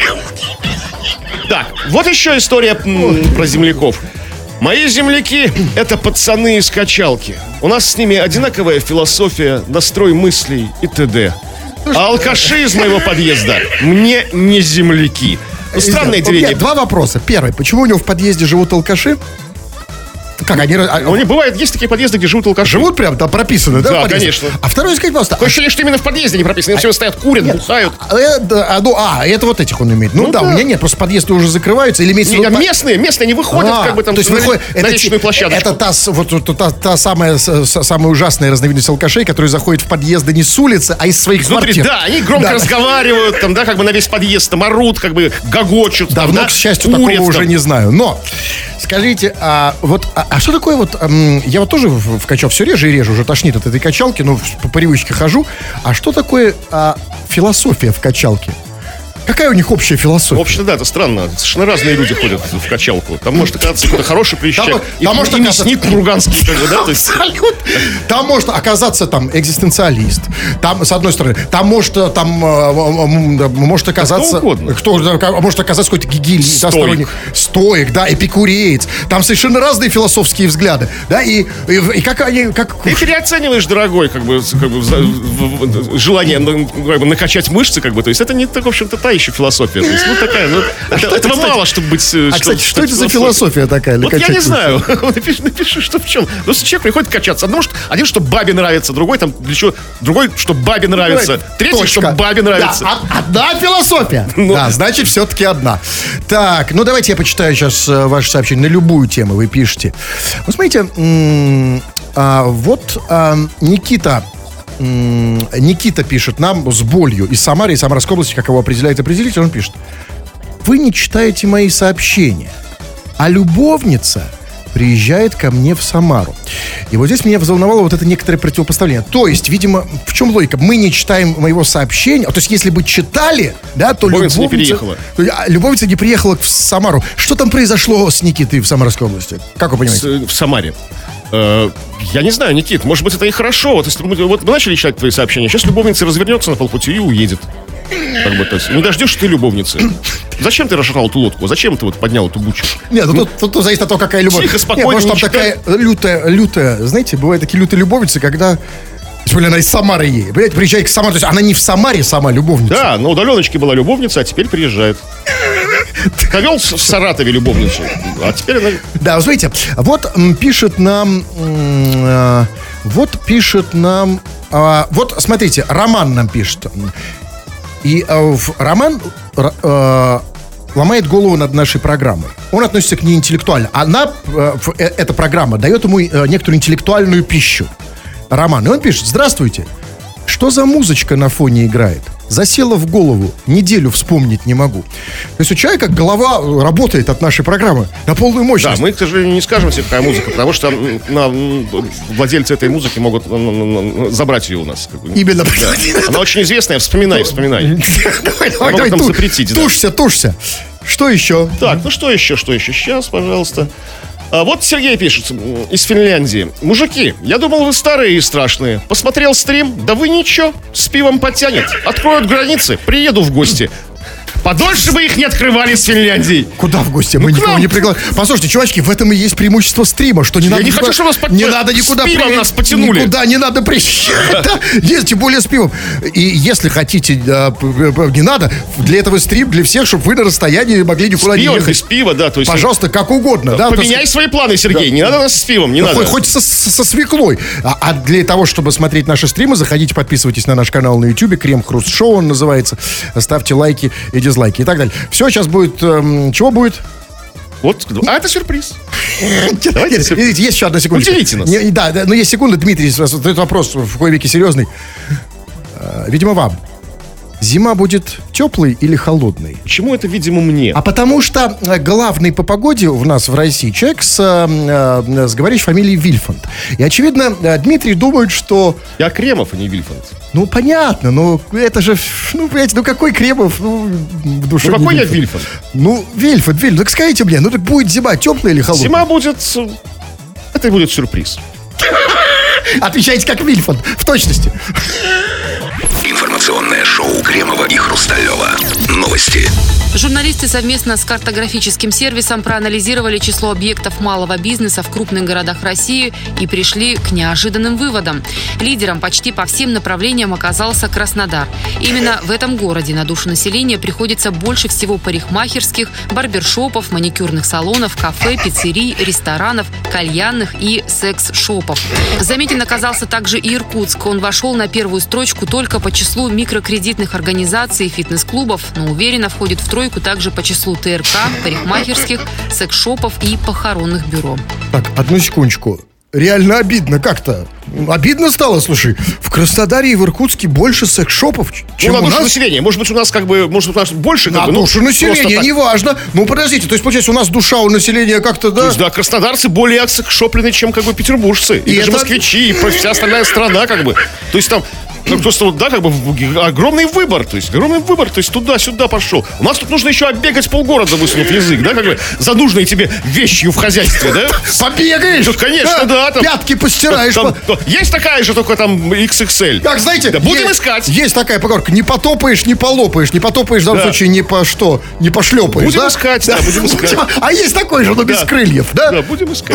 Так, вот еще история м, про земляков. Мои земляки — это пацаны из качалки. У нас с ними одинаковая философия, настрой мыслей и т.д. А алкаши из моего подъезда мне не земляки. Ну, странное Вот деление. нет, два вопроса. Первый, почему у него в подъезде живут алкаши? Как они... а, У них бывает, есть такие подъезды, где живут алкаши. Живут прям, там прописано, да? Да, в подъезде? конечно. А второй, скажите, пожалуйста, Такое ощущение, что именно в подъезде не прописано. Они все стоят, курят, бухают. а, э, да, а, ну, а, это вот этих он имеет. Ну, Ну да, да. у меня нет, просто подъезды уже закрываются. Или имеется в Не, виду... а местные, местные, они выходят, А, как бы там, то есть на, выходит, на это, личную те- площадочку. это та, с- вот, вот та, та самая, с- с- самая ужасная разновидность алкашей, которые заходят в подъезды не с улицы, а из своих Внутри, квартир. да, они громко Да. разговаривают, там, да, как бы на весь подъезд, там, орут, как бы гогочут. там, Давно, да, к счастью, курят, такого уже там. не знаю. Но, скажите, а вот, а, а что такое вот, м, я вот тоже в, в качал все реже и реже, уже тошнит от этой качалки, но в- по привычке хожу. А что такое а, философия в качалке? Какая у них общая философия? Вообще, да, это странно. Совершенно разные люди ходят в качалку. Там может оказаться какой-то хороший приезжак. Там, И, там может и оказаться... мясник Курганский, как бы, да? То есть... Там может оказаться там экзистенциалист. Там, с одной стороны, там может, там, может оказаться... Кто угодно. Кто, может оказаться какой-то гигиль, Стоик. Да, сторонник. Стоик, да, эпикуреец. Там совершенно разные философские взгляды. Да, и, и, и как они... Как... Ты переоцениваешь, дорогой, как бы, как бы в, в, желание ну, как бы, накачать мышцы, как бы. То есть это не, в общем-то, та еще философия. То есть, ну, такая, ну, а это, это, этого кстати, мало, чтобы быть... А, кстати, что это за философия такая? Вот я не знаю. Напиши, напиши, что в чем. Ну, если человек приходит качаться, один, что, один, что бабе нравится, другой, там, для чего, другой, что бабе нравится, третий, что бабе нравится. Да, одна философия. Ну, да, значит, все-таки одна. Так, ну, давайте я почитаю сейчас ваше сообщение на любую тему. Вы пишете. Вот смотрите, м- а, вот а, Никита... Никита пишет нам с болью из Самары, из Самарской области, как его определяет определитель, он пишет: вы не читаете мои сообщения, а любовница приезжает ко мне в Самару. И вот здесь меня взволновало вот это некоторое противопоставление. То есть, видимо, в чем логика? Мы не читаем моего сообщения, то есть, если бы читали, да, то любовница, любовница... не переехала. Любовница не приехала в Самару. Что там произошло с Никитой в Самарской области? Как вы понимаете? С, в Самаре. Я не знаю, Никит, может быть, это и хорошо. Вот, если мы, вот мы начали читать твои сообщения, сейчас любовница развернется на полпути и уедет. Как бы, то есть, не дождешься ты любовницы. Зачем ты расшатал эту лодку? Зачем ты вот поднял эту бучу? Нет, ну, ну тут, тут, тут зависит от того, какая любовь. Тихо, спокойно, Нет, может, там не такая лютая, лютая, знаете, бывают такие лютые любовницы, когда... Тем более она из Самары едет. Понимаете, приезжает к Самаре, то есть она не в Самаре сама любовница. Да, на удаленочке была любовница, а теперь приезжает. Повел в Саратове любовницу, а теперь она... Да, вы знаете, вот м, пишет нам... м, э, вот пишет нам... э, вот, смотрите, Роман нам пишет. И э, в- Роман р- э, ломает голову над нашей программой. Он относится к ней интеллектуально. Она, э, в- э, эта программа дает ему э, некоторую интеллектуальную пищу. Роман. И он пишет: здравствуйте. Что за музычка на фоне играет? Засела в голову, неделю вспомнить не могу. То есть у человека голова работает от нашей программы на полную мощность. Да, мы, к сожалению, не скажем себе, какая музыка, потому что м, на, м, владельцы этой музыки могут м, м, м, забрать ее у нас. как бы. Именно. Да. Она очень известная, вспоминай, вспоминай. Давай, давай, Могут давай, нам ту- запретить, да. тушься, тушься. Что еще? Так, ну что еще, что еще? Сейчас, пожалуйста. А вот Сергей пишет м, из Финляндии. Мужики, я думал, вы старые и страшные. Посмотрел стрим, да вы ничего, с пивом потянет. Откроют границы, приеду в гости. Подольше бы их не открывали с Финляндией. Куда в гости? Ну, Мы к никого нам. не приглашаем. Послушайте, чувачки, в этом и есть преимущество стрима, что не Я надо не никуда- хочу, чтобы нас под- не надо никуда с пивом при- нас потянули. Никуда не надо приезжать. Да. Есть, тем более с пивом. И если хотите, да, п- п- не надо. Для этого стрим для всех, чтобы вы на расстоянии могли никуда не Пиво, ехать. без пива, да. То есть, Пожалуйста, как угодно. Да, поменяй свои планы, Сергей. Не надо нас с пивом, не Ну, надо. хоть, хоть со, со- со свеклой. А, а для того, чтобы смотреть наши стримы, заходите, подписывайтесь на наш канал на YouTube. Крем Хруст Шоу он называется. Ставьте лайки и дизлайки и так далее. Все, сейчас будет... эм, чего будет? Вот, а это сюрприз. Давайте, есть еще одна секунда. Удивите нас. Да, да, но есть секунда, Дмитрий, задает вопрос в кое веки серьезный. Э, Видимо, вам. Зима будет теплой или холодной? Почему это, видимо, мне? А потому что э, главный по погоде у нас в России человек с, э, э, с говорящей фамилией Вильфанд. И, очевидно, э, Дмитрий думает, что... Я Кремов, а не Вильфанд. Ну, понятно, но это же... Ну, понимаете, ну какой Кремов? Ну, в душе Ну, не какой я Вильфанд. Вильфанд? Ну, Вильфанд, Вильфанд, так скажите мне, ну так будет зима теплая или холодная? Зима будет... э, Это будет сюрприз. Отвечайте как Вильфанд, в точности. Информационное шоу Кремова и Хрусталева. Новости. Журналисты совместно с картографическим сервисом проанализировали число объектов малого бизнеса в крупных городах России и пришли к неожиданным выводам. Лидером почти по всем направлениям оказался Краснодар. Именно в этом городе на душу населения приходится больше всего парикмахерских, барбершопов, маникюрных салонов, кафе, пиццерий, ресторанов, кальянных и секс-шопов. Заметен оказался также и Иркутск. Он вошел на первую строчку только по числу микрокредитных организаций и фитнес-клубов, но уверенно входит в тройку также по числу ТРК, парикмахерских, секс-шопов и похоронных бюро. Так, одну секундочку. Реально обидно как-то. Обидно стало, слушай. В Краснодаре и в Иркутске больше секс-шопов, чем Ну, на у душу нас. населения. Может быть, у нас как бы... Может быть, у нас больше... Как На бы, ну, душу просто населения, так. неважно. Ну, подождите, то есть, получается, у нас душа у населения как-то, То да? есть, да, краснодарцы более секс-шоплены, чем как бы петербуржцы. И, И даже это- москвичи, и вся остальная страна, как бы. То есть там ну, просто вот, да, как бы огромный выбор, то есть огромный выбор, то есть туда-сюда пошел. У нас тут нужно еще оббегать полгорода, высунув язык, да, как бы за нужные тебе вещью в хозяйстве, да? Побегаешь? Ну, конечно, да. Там, пятки постираешь. Там, там, есть такая же, только там икс икс эль. Как, знаете, да, будем есть, искать. Есть такая поговорка: не потопаешь, не полопаешь, не потопаешь, в данном да. случае не по что, не пошлепаешь. Будем да? искать, да, будем искать. А есть такой же, но без да. крыльев, да? Да, будем искать.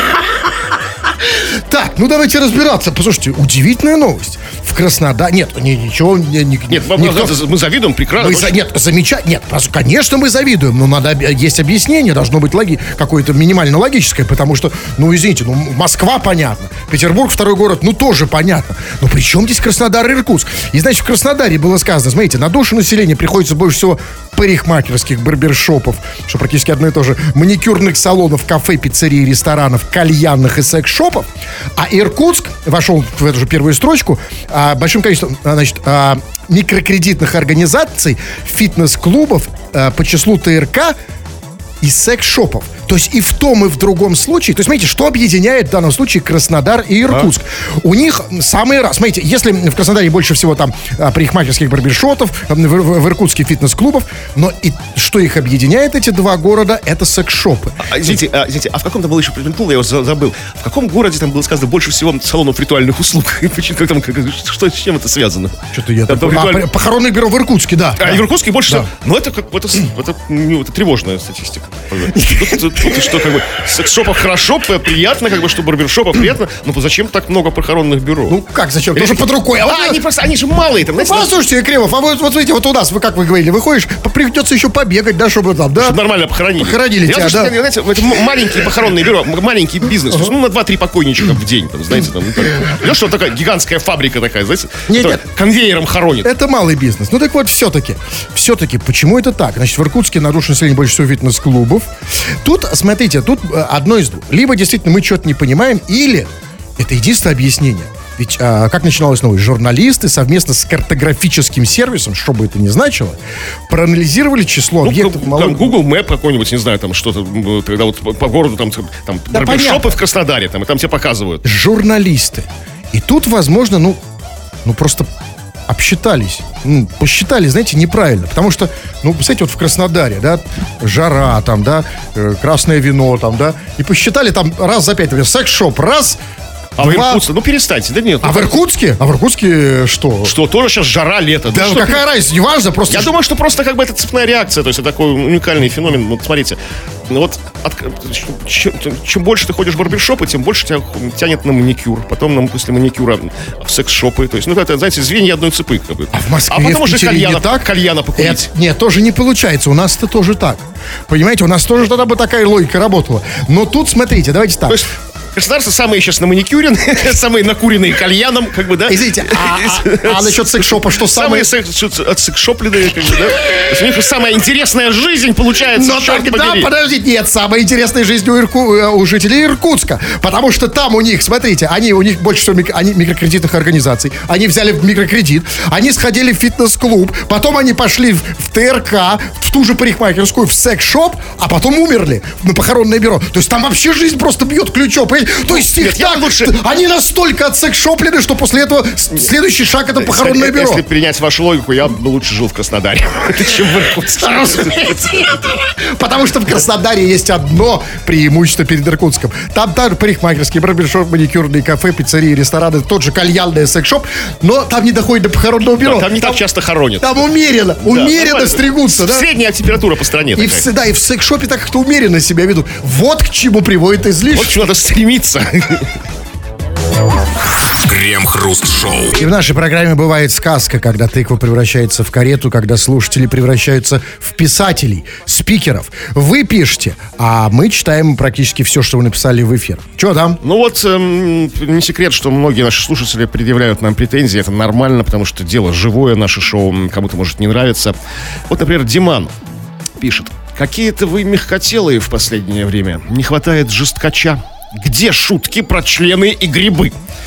Так, ну давайте разбираться. Послушайте, удивительная новость. В Краснодаре... Нет, ничего... Не, не, нет, никто... мы завидуем прекрасно. Мы за... Нет, замечательно. Нет, конечно, мы завидуем, но надо... Есть объяснение, должно быть логи... какое-то минимально логическое, потому что, ну, извините, ну, Москва понятно, Петербург второй город, ну, тоже понятно. Но при чем здесь Краснодар и Иркутск? И, значит, в Краснодаре было сказано, смотрите, на душу населения приходится больше всего парикмахерских, барбершопов, что практически одно и то же, маникюрных салонов, кафе, пиццерий, ресторанов, кальянных и секс-шопов. А Иркутск вошел в эту же первую строчку а, большим количеством, значит, а, микрокредитных организаций, фитнес-клубов а, по числу ТРК и секс-шопов. То есть и в том, и в другом случае. То есть, смотрите, что объединяет в данном случае Краснодар и Иркутск. А? У них самые раз. Смотрите, если в Краснодаре больше всего там парикмахерских барбершопов, в, в, в Иркутске фитнес-клубов, но и что их объединяет, эти два города, это секс-шопы. А, извините, а, извините, а в каком там был еще предметул, я его забыл. В каком городе там было сказано больше всего салонов ритуальных услуг? Как там, как, что, с чем это связано? Что-то я... Там, там, ритуаль... а, похоронное бюро в Иркутске, да. А, да. в Иркутске больше да. всего. Ну, это как это, это, ну, это тревожная статистика. Тут что, как бы, секс-шопов хорошо, приятно, как бы, что барбершопов приятно, но зачем так много похоронных бюро? Ну, как зачем? Тоже под рукой. А, а вот, они просто, они же малые там, ну, знаете, послушайте, Кремов, а вот, вот смотрите, вот у нас, вы как вы говорили, выходишь, придется еще побегать, да, чтобы там, да? чтобы нормально похоронили. Похоронили тебя, да. да. Знаете, это маленькие похоронные бюро, маленький бизнес, uh-huh. то есть, ну, на два-три покойничка в день, там, знаете, там, так, идешь, что такая гигантская фабрика такая, знаете, нет, нет. конвейером хоронит. Это малый бизнес. Ну, так вот, все-таки, все-таки, почему это так? Значит, в Иркутске на душу населения больше всего фитнес-клубов. Тут, смотрите, тут одно из двух. Либо действительно мы что-то не понимаем, или это единственное объяснение. Ведь а, как начиналась новость? Журналисты совместно с картографическим сервисом, что бы это ни значило, проанализировали число ну, объектов там, малого... там Google Map какой-нибудь, не знаю, там что-то, когда вот по городу там, там да, барбершопы в Краснодаре, там, и там тебе показывают. Журналисты. И тут, возможно, ну, ну просто обсчитались. Ну, посчитали, знаете, неправильно. Потому что, ну, представляете, вот в Краснодаре, да, жара там, да, э, красное вино там, да, и посчитали там раз за пять, например, секс-шоп, раз... А два... в Иркутске? Ну, перестаньте, да нет. А ну, в Иркутске? А в Иркутске что? Что, тоже сейчас жара, лето. Да, ну, какая что... разница, не важно, просто... Я ж... думаю, что просто как бы это цепная реакция, то есть это такой уникальный феномен. Вот смотрите, ну вот от... чем, чем больше ты ходишь в барбершопы, тем больше тебя тянет на маникюр. Потом нам после маникюра в секс-шопы. То есть, ну, это, знаете, звенья одной цепи. Как бы. А в Москве, а потом в уже Питере кальяна, не так? кальяна покурить. Это, нет, тоже не получается. У нас это тоже так. Понимаете, у нас тоже тогда бы такая логика работала. Но тут, смотрите, давайте так. То есть, государство самые сейчас на маникюре, самые накуренные кальяном, как бы, да? Извините, а, а, а насчет секс-шопа что самое? Самые отсекс-шопленные, как бы, да? То есть у них самая интересная жизнь получается. Но тогда, подождите, нет, самая интересная жизнь у, Ирку, у жителей Иркутска. Потому что там у них, смотрите, они, у них больше всего микро, они, микрокредитных организаций. Они взяли микрокредит, они сходили в фитнес-клуб, потом они пошли в, в ТРК, в ту же парикмахерскую, в секс-шоп, а потом умерли на похоронное бюро. То есть там вообще жизнь просто бьет ключом. То есть их так, лучше... они настолько отсекшоплены, что после этого следующий шаг — это похоронное бюро. Если принять вашу логику, я бы лучше жил в Краснодаре, чем в Иркутске. Потому что в Краснодаре есть одно преимущество перед Иркутском. Там также парикмахерские, барбершоп, маникюрные кафе, пиццерии, рестораны, тот же кальянный секс-шоп, но там не доходит до похоронного бюро. Там не так часто хоронят. Там умеренно, умеренно стригутся. Средняя температура по стране такая. Да, и в секс-шопе так как-то умеренно себя ведут. Вот к чему приводит излишество. Вот к чему надо стремиться. Крем-хруст-шоу. И в нашей программе бывает сказка, когда тыква превращается в карету, когда слушатели превращаются в писателей, спикеров. Вы пишете, а мы читаем практически все, что вы написали в эфир. Че там? Ну вот, эм, не секрет, что многие наши слушатели предъявляют нам претензии. Это нормально, потому что дело живое, наше шоу кому-то может не нравиться. Вот, например, Диман пишет. Какие-то вы мягкотелые в последнее время. Не хватает жесткача. Где шутки про члены и грибы?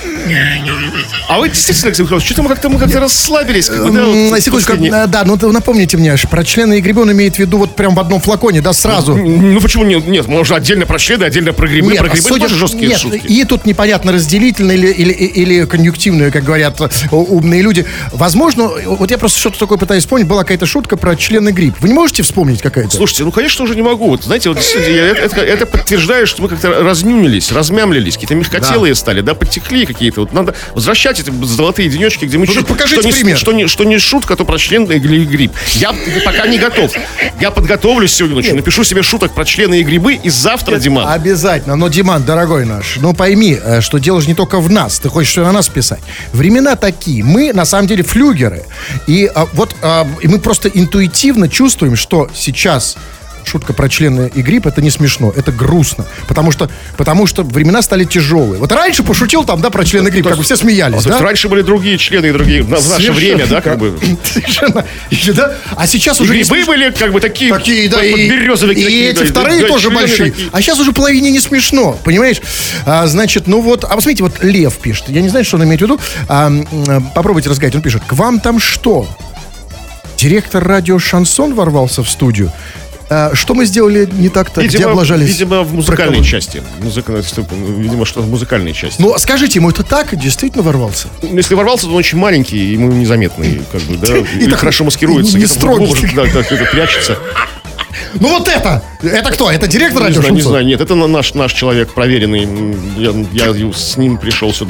А вы действительно, Алексей Михайлович, что-то мы как-то, мы как-то расслабились. Как бы, да, вот, Секундочку, последний... да, ну напомните мне, про члены и грибы он имеет в виду вот прям в одном флаконе, да, сразу. Ну почему нет? Нет, можно отдельно про члены, отдельно про грибы. Нет, про грибы судя- тоже жесткие нет, шутки. И тут непонятно, разделительно или, или, или конъюнктивную, как говорят э, умные люди. Возможно, вот я просто что-то такое пытаюсь вспомнить, была какая-то шутка про члены гриб. Вы не можете вспомнить какая-то? Слушайте, ну, конечно, уже не могу. Вот, знаете, вот действительно, я- это, это подтверждает, что мы как-то разнюнились, размямлились, какие-то мягкотелые стали, да, подтекли какие-то. Вот надо возвращать эти золотые денечки, где мы Ну, чуть- покажите что, не, пример. что, не, что не шутка, то про члены или гриб. Я пока не готов. Я подготовлюсь сегодня ночью, напишу себе шуток про члены и грибы, и завтра, Диман. Обязательно. Но, Диман, дорогой наш, ну пойми, э, что дело же не только в нас. Ты хочешь все на нас писать. Времена такие. Мы, на самом деле, флюгеры. И а, вот а, и мы просто интуитивно чувствуем, что сейчас шутка про члены и гриб, это не смешно, это грустно. Потому что, потому что времена стали тяжелые. Вот раньше пошутил там, да, про члены и гриб, как бы все смеялись, А, то да? есть раньше были другие члены и другие, в наше Совершенно, время, да, как бы. Совершенно. И, да? А сейчас И уже... не грибы смешно. были как бы такие, Такие, да, под- и, подберезовики и такие, эти да, вторые да, тоже члены большие. такие. А сейчас уже половине не смешно, понимаешь? А, значит, ну вот, а вот смотрите, вот Лев пишет, я не знаю, что он имеет в виду, а, м, попробуйте разгадать, он пишет, к вам там что? Директор радио «Шансон» ворвался в студию? А, что мы сделали не так-то, где Видимо, облажались? видимо, в музыкальной Про кого? части. Музыка, видимо, что в музыкальной части. Ну, скажите ему, это так действительно ворвался? Если ворвался, то он очень маленький, ему незаметный, как бы, да, и так хорошо маскируется, не где-то в строгий. углу, да, да, где-то прячется. Ну вот это! Это кто? Это директор Не радио знаю, не «Шансон»? знаю, нет, это наш, наш человек проверенный. Я, я с ним пришел сюда.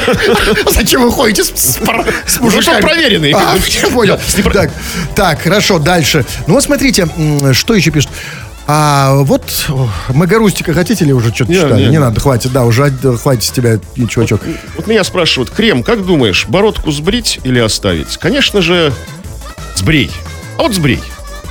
Зачем вы ходите с, с, пар- с Ну, мужиками? что проверенный. А, я понял. Так, так, хорошо, дальше. Ну вот смотрите, м, что еще пишут. А вот о, Магарустика хотите ли уже что-то Не, читали? не, Не, не. надо, хватит, да, уже от- хватит с тебя, чувачок. Вот меня спрашивают, Крем, как думаешь, бородку сбрить или оставить? Конечно же, сбрей. А вот сбрей.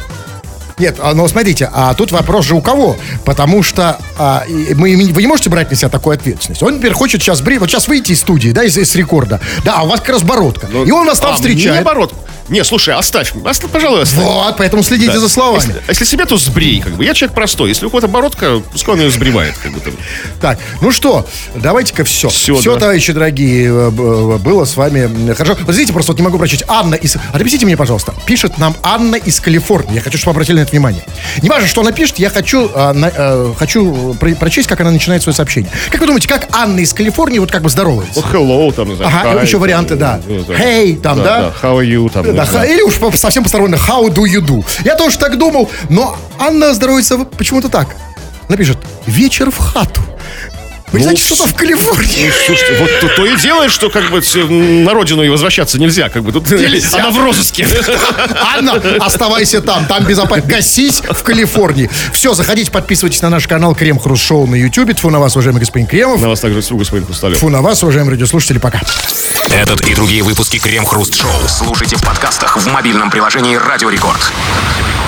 Нет, а, ну смотрите, а тут вопрос же у кого? Потому что а, и мы, вы не можете брать на себя такую ответственность. Он, например, хочет сейчас брить, вот сейчас выйти из студии, да, из, из рекорда. Да, а у вас как раз бородка. Ну, И он вас там а, встречает. мне бородку. Не, слушай, оставь. Оставь, пожалуй, оставь. Вот, поэтому следите Да. за словами. Если, если себе, то сбрей, как бы. Я человек простой. Если у кого-то бородка, пускай он ее сбривает, как бы там. Так, ну что, давайте-ка все. Всё, Все, да. товарищи дорогие, э, б- было с вами хорошо. Вот видите, просто вот не могу прочесть. Анна из... Отпишите мне, пожалуйста. Пишет нам Анна из Калифорнии. Я хочу, чтобы вы обратили на это внимание. Не важно, что она пишет, я хочу, э, на- э, хочу про- прочесть, как она начинает свое сообщение. Как вы думаете, как Анна из Калифорнии вот как бы здоровается? Вот hello, там, не знаю. Ага, hi, еще там, варианты, да. ну, там. Hey, там, да? How are you, там. Да, не ха- знаю. или уж по- совсем посторонне how do you do. Я тоже так думал, но Анна здоровается почему-то так. Она пишет, вечер в хату. Вы Ну, знаете, что-то в Калифорнии. Ну, слушайте, вот то, то и делает, что как бы ц- на родину и возвращаться нельзя, как бы тут Нельзя. она в розыске. Анна, оставайся там, там безопасно. Гасись в Калифорнии. Все, заходите, подписывайтесь на наш канал Крем Хруст Шоу на YouTube. Тьфу на вас, уважаемый господин Кремов. На вас также всего, господин Хрусталев. Тьфу на вас, уважаемые радиослушатели. Пока. Этот и другие выпуски Крем Хруст Шоу слушайте в подкастах в мобильном приложении Радио Рекорд.